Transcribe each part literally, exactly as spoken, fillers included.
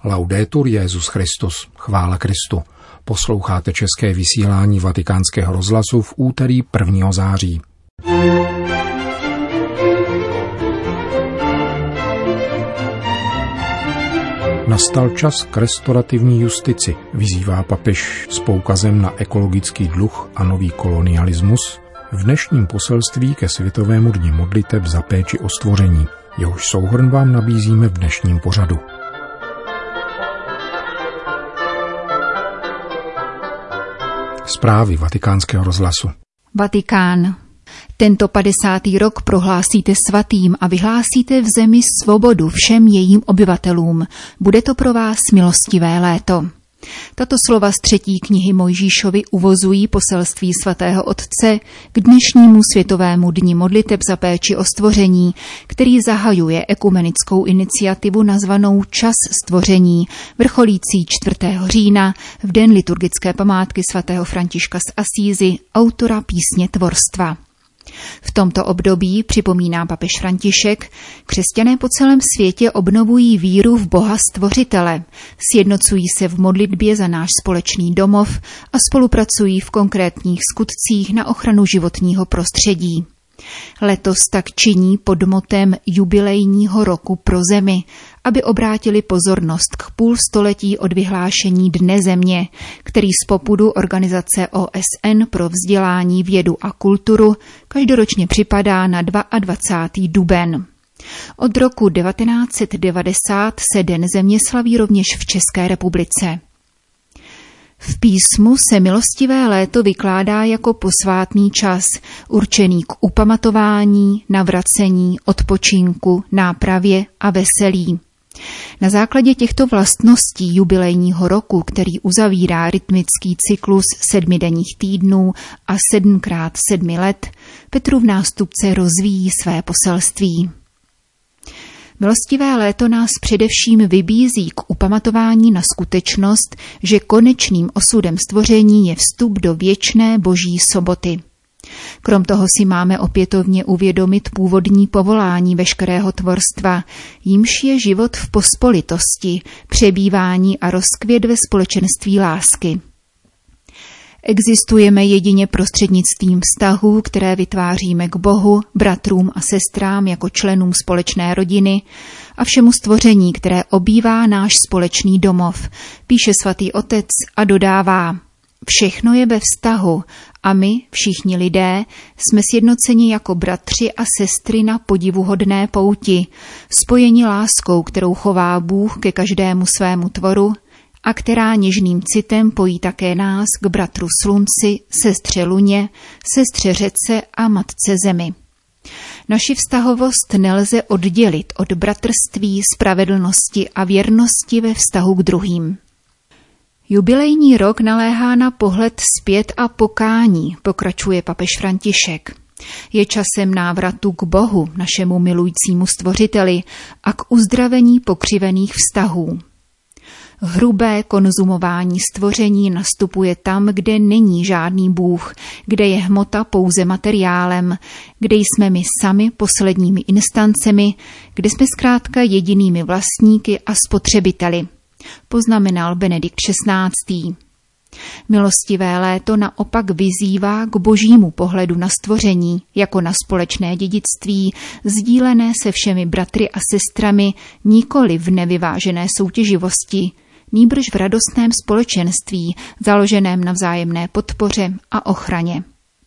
Laudetur Jesus Christus, chvála Kristu. Posloucháte české vysílání Vatikánského rozhlasu v úterý prvního září. Nastal čas k restaurativní justici, vyzývá papež s poukazem na ekologický dluh a nový kolonialismus v dnešním poselství ke Světovému dni modliteb za péči o stvoření. Jehož souhrn vám nabízíme v dnešním pořadu. Zprávy Vatikánského rozhlasu. Vatikán. Tento padesátý rok prohlásíte svatým a vyhlásíte v zemi svobodu všem jejím obyvatelům. Bude to pro vás milostivé léto. Tato slova z třetí knihy Mojžíšovy uvozují poselství svatého otce k dnešnímu Světovému dni modliteb za péči o stvoření, který zahajuje ekumenickou iniciativu nazvanou Čas stvoření, vrcholící čtvrtého října v den liturgické památky svatého Františka z Asízy, autora písně Tvorstva. V tomto období, připomíná papež František, křesťané po celém světě obnovují víru v Boha Stvořitele, sjednocují se v modlitbě za náš společný domov a spolupracují v konkrétních skutcích na ochranu životního prostředí. Letos tak činí pod motem jubilejního roku pro zemi, aby obrátili pozornost k půl století od vyhlášení Dne země, který z popudu Organizace O S N pro vzdělání, vědu a kulturu každoročně připadá na dvacátého druhého duben. Od roku devatenáct set devadesát se Den země slaví rovněž v České republice. V písmu se milostivé léto vykládá jako posvátný čas, určený k upamatování, navracení, odpočinku, nápravě a veselí. Na základě těchto vlastností jubilejního roku, který uzavírá rytmický cyklus sedmidenních týdnů a sedmkrát sedmi let, Petrův nástupce rozvíjí své poselství. Milostivé léto nás především vybízí k upamatování na skutečnost, že konečným osudem stvoření je vstup do věčné boží soboty. Krom toho si máme opětovně uvědomit původní povolání veškerého tvorstva, jímž je život v pospolitosti, přebývání a rozkvět ve společenství lásky. Existujeme jedině prostřednictvím vztahů, které vytváříme k Bohu, bratrům a sestrám jako členům společné rodiny a všemu stvoření, které obývá náš společný domov, píše svatý otec a dodává: všechno je ve vztahu a my, všichni lidé, jsme sjednoceni jako bratři a sestry na podivuhodné pouti, spojeni láskou, kterou chová Bůh ke každému svému tvoru, a která něžným citem pojí také nás k bratru slunci, sestře luně, sestře řece a matce zemi. Naši vztahovost nelze oddělit od bratrství, spravedlnosti a věrnosti ve vztahu k druhým. Jubilejní rok naléhá na pohled zpět a pokání, pokračuje papež František. Je časem návratu k Bohu, našemu milujícímu stvořiteli, a k uzdravení pokřivených vztahů. Hrubé konzumování stvoření nastupuje tam, kde není žádný Bůh, kde je hmota pouze materiálem, kde jsme my sami posledními instancemi, kde jsme zkrátka jedinými vlastníky a spotřebiteli, poznamenal Benedikt šestnáctý. Milostivé léto naopak vyzývá k božímu pohledu na stvoření, jako na společné dědictví, sdílené se všemi bratry a sestrami, nikoli v nevyvážené soutěživosti, nýbrž v radostném společenství, založeném na vzájemné podpoře a ochraně.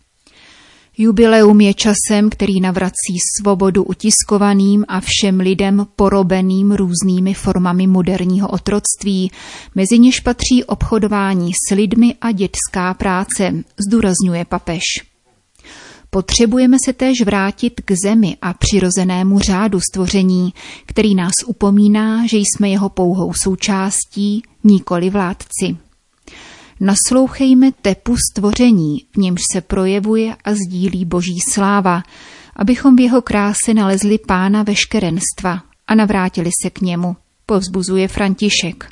Jubileum je časem, který navrací svobodu utiskovaným a všem lidem porobeným různými formami moderního otroctví, mezi něž patří obchodování s lidmi a dětská práce, zdůrazňuje papež. Potřebujeme se též vrátit k zemi a přirozenému řádu stvoření, který nás upomíná, že jsme jeho pouhou součástí, nikoli vládci. Naslouchejme tepu stvoření, v němž se projevuje a sdílí boží sláva, abychom v jeho kráse nalezli pána veškerenstva a navrátili se k němu, povzbuzuje František.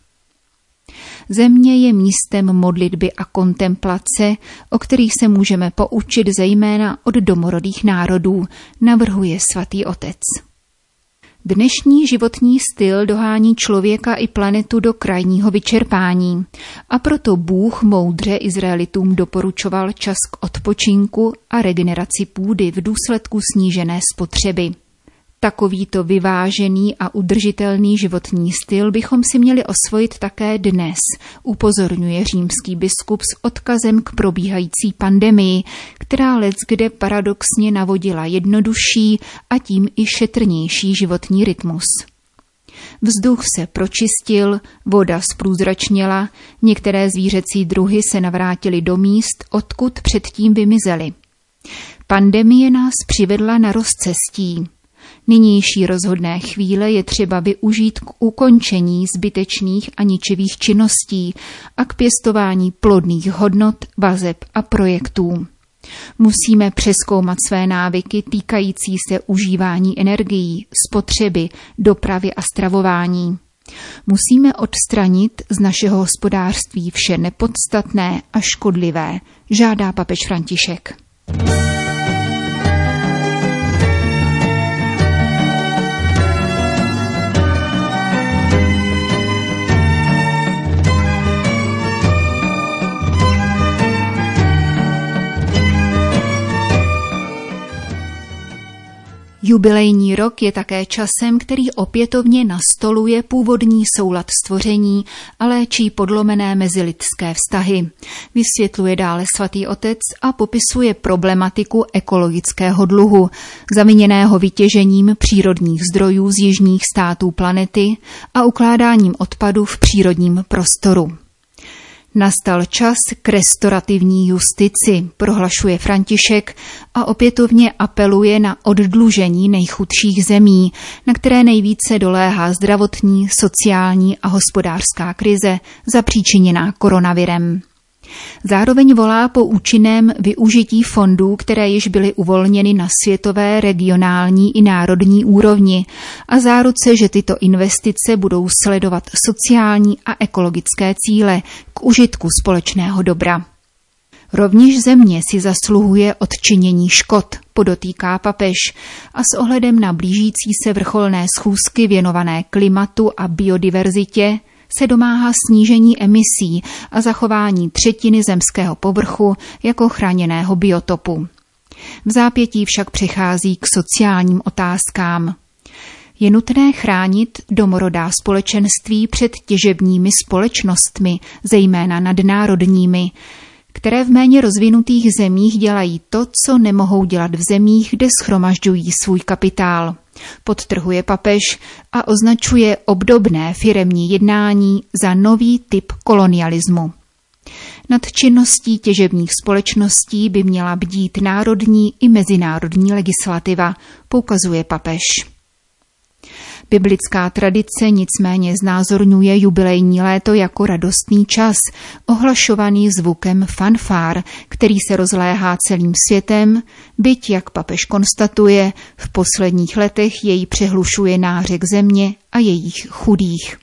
Země je místem modlitby a kontemplace, o kterých se můžeme poučit zejména od domorodých národů, navrhuje svatý otec. Dnešní životní styl dohání člověka i planetu do krajního vyčerpání a proto Bůh moudře Izraelitům doporučoval čas k odpočinku a regeneraci půdy v důsledku snížené spotřeby. Takovýto vyvážený a udržitelný životní styl bychom si měli osvojit také dnes, upozorňuje římský biskup s odkazem k probíhající pandemii, která leckde paradoxně navodila jednodušší a tím i šetrnější životní rytmus. Vzduch se pročistil, voda zprůzračněla, některé zvířecí druhy se navrátily do míst, odkud předtím vymizely. Pandemie nás přivedla na rozcestí. Nynější rozhodné chvíle je třeba využít k ukončení zbytečných a ničivých činností a k pěstování plodných hodnot, vazeb a projektů. Musíme přezkoumat své návyky týkající se užívání energií, spotřeby, dopravy a stravování. Musíme odstranit z našeho hospodářství vše nepodstatné a škodlivé, žádá papež František. Jubilejní rok je také časem, který opětovně nastoluje původní soulad stvoření a léčí podlomené mezilidské vztahy. Vysvětluje dále svatý otec a popisuje problematiku ekologického dluhu, zaviněného vytěžením přírodních zdrojů z jižních států planety a ukládáním odpadu v přírodním prostoru. Nastal čas k restaurativní justici, prohlašuje František a opětovně apeluje na oddlužení nejchudších zemí, na které nejvíce doléhá zdravotní, sociální a hospodářská krize zapříčiněná koronavirem. Zároveň volá po účinném využití fondů, které již byly uvolněny na světové, regionální i národní úrovni a záruce, že tyto investice budou sledovat sociální a ekologické cíle k užitku společného dobra. Rovněž země si zasluhuje odčinění škod, podotýká papež, a s ohledem na blížící se vrcholné schůzky věnované klimatu a biodiverzitě se domáhá snížení emisí a zachování třetiny zemského povrchu jako chráněného biotopu. V zápětí však přechází k sociálním otázkám. Je nutné chránit domorodá společenství před těžebními společnostmi, zejména nadnárodními, které v méně rozvinutých zemích dělají to, co nemohou dělat v zemích, kde shromažďují svůj kapitál. Podtrhuje papež a označuje obdobné firemní jednání za nový typ kolonialismu. Nad činností těžebních společností by měla bdít národní i mezinárodní legislativa, poukazuje papež. Biblická tradice nicméně znázorňuje jubilejní léto jako radostný čas, ohlašovaný zvukem fanfár, který se rozléhá celým světem, byť, jak papež konstatuje, v posledních letech jej přehlušuje nářek země a jejich chudých.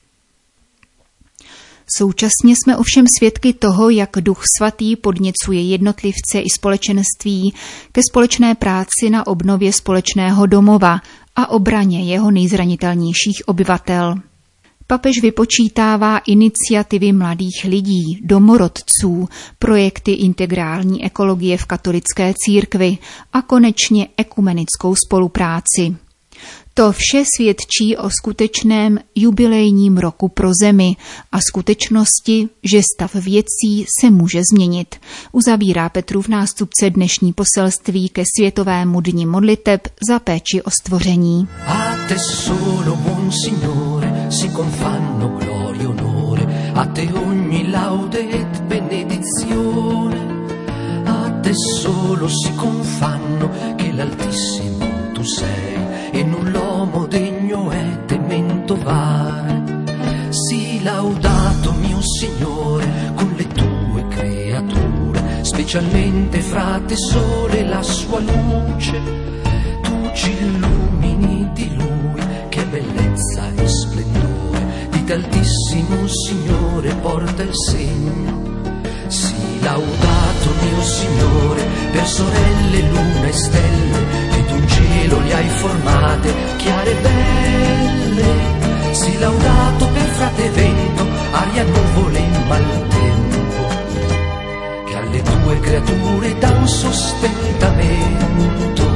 Současně jsme ovšem svědky toho, jak Duch svatý podněcuje jednotlivce i společenství ke společné práci na obnově společného domova a obraně jeho nejzranitelnějších obyvatel. Papež vypočítává iniciativy mladých lidí, domorodců, projekty integrální ekologie v katolické církvi a konečně ekumenickou spolupráci. To vše svědčí o skutečném jubilejním roku pro zemi a skutečnosti, že stav věcí se může změnit. Uzavírá Petrův nástupce dnešní poselství ke světovému dni modliteb za péči o stvoření. A te solo, buon Signore, si confanno gloria onore, a te ogni laude et benedizione. A te solo si confanno che l'Altissimo tu sei. E null'uomo degno è tementovare. Sii laudato mio Signore con le tue creature, specialmente fra te sole la sua luce. Tu ci illumini di Lui, che bellezza e splendore, di t'altissimo Signore porta il segno. Sii laudato mio Signore per sorelle, luna e stelle, che d'un cielo cielo le hai formate chiare e belle, sii laudato per frate vento, aria, nuvole e maltempo, che alle tue creature dan sostentamento.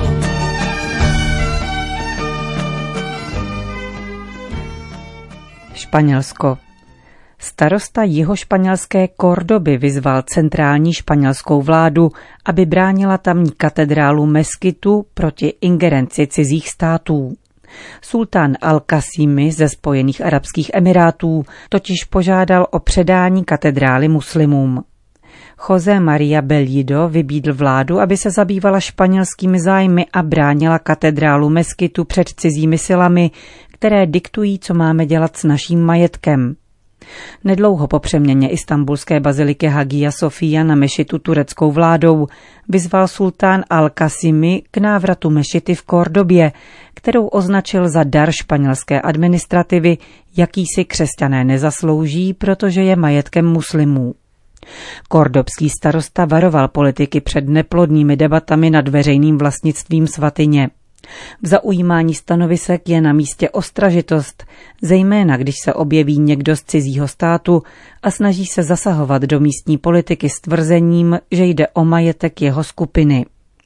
Španělsko. Starosta jihošpanělské Cordoby vyzval centrální španělskou vládu, aby bránila tamní katedrálu Meskitu proti ingerenci cizích států. Sultán Al-Qasimi ze Spojených arabských emirátů totiž požádal o předání katedrály muslimům. José María Bellido vybídl vládu, aby se zabývala španělskými zájmy a bránila katedrálu Meskitu před cizími silami, které diktují, co máme dělat s naším majetkem. Nedlouho po přeměně istanbulské baziliky Hagia Sofia na mešitu tureckou vládou vyzval sultán Al-Qasimi k návratu mešity v Cordobě, kterou označil za dar španělské administrativy, jaký si křesťané nezaslouží, protože je majetkem muslimů. Kordobský starosta varoval politiky před neplodnými debatami nad veřejným vlastnictvím svatyně. V zaujímání stanovisek je na místě ostražitost, zejména když se objeví někdo z cizího státu a snaží se zasahovat do místní politiky s tvrzením, že jde o majetek jeho skupiny.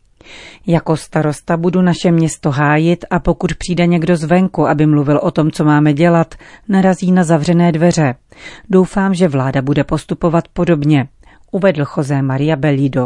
Jako starosta budu naše město hájit a pokud přijde někdo zvenku, aby mluvil o tom, co máme dělat, narazí na zavřené dveře. Doufám, že vláda bude postupovat podobně, uvedl José María Bellido.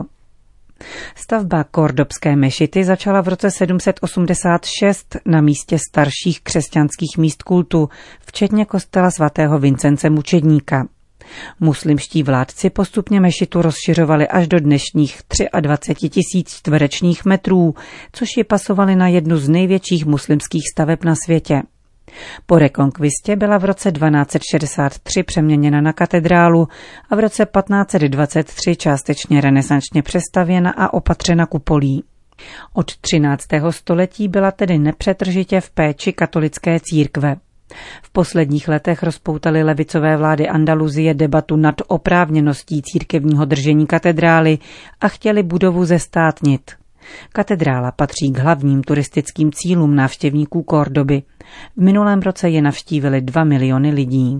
Stavba kordobské mešity začala v roce sedm set osmdesát šest na místě starších křesťanských míst kultu, včetně kostela svatého Vincence Mučedníka. Muslimští vládci postupně mešitu rozšiřovali až do dnešních dvacet tři tisíc čtverečních metrů, což ji pasovali na jednu z největších muslimských staveb na světě. Po rekonkvistě byla v roce dvanáct set šedesát tři přeměněna na katedrálu a v roce patnáct set dvacet tři částečně renesančně přestavěna a opatřena kupolí. Od třináctého století byla tedy nepřetržitě v péči katolické církve. V posledních letech rozpoutaly levicové vlády Andaluzie debatu nad oprávněností církevního držení katedrály a chtěli budovu zestátnit. Katedrála patří k hlavním turistickým cílům návštěvníků Cordoby. V minulém roce je navštívili dva miliony lidí.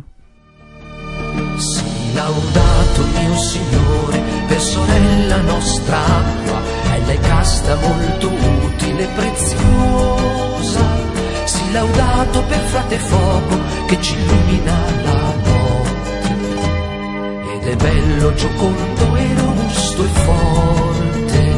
Laudato per frate fuoco che ci illumina la notte, ed è bello, giocondo e robusto e forte.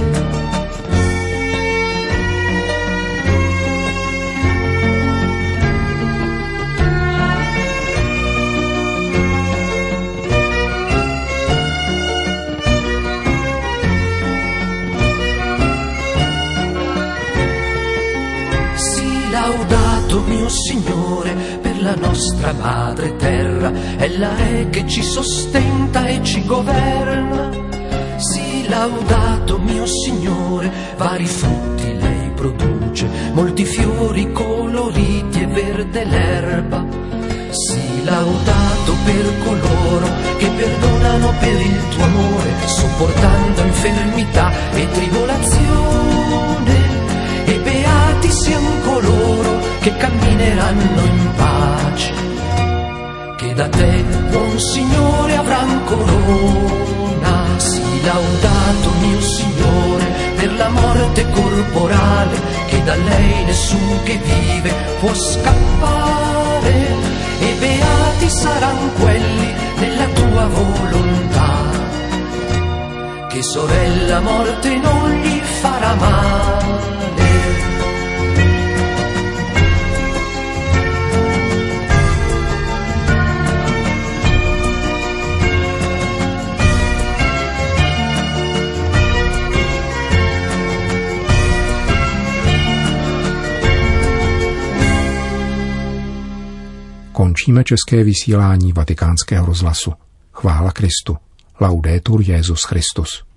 Sii laudato mio Signore per la nostra madre terra, ella è che ci sostenta e ci governa. Sii laudato mio Signore, vari frutti lei produce, molti fiori coloriti e verde l'erba. Sii laudato per coloro che perdonano per il tuo amore, sopportando infermità e tribolazione, e beati siano coloro che cammineranno in pace, che da te, buon Signore, avran corona. Sii laudato mio Signore per la morte corporale, che da lei nessun che vive può scappare, e beati saran quelli nella tua volontà, che sorella morte non gli farà male. Končíme české vysílání Vatikánského rozhlasu. Chvála Kristu. Laudetur Jesus Christus.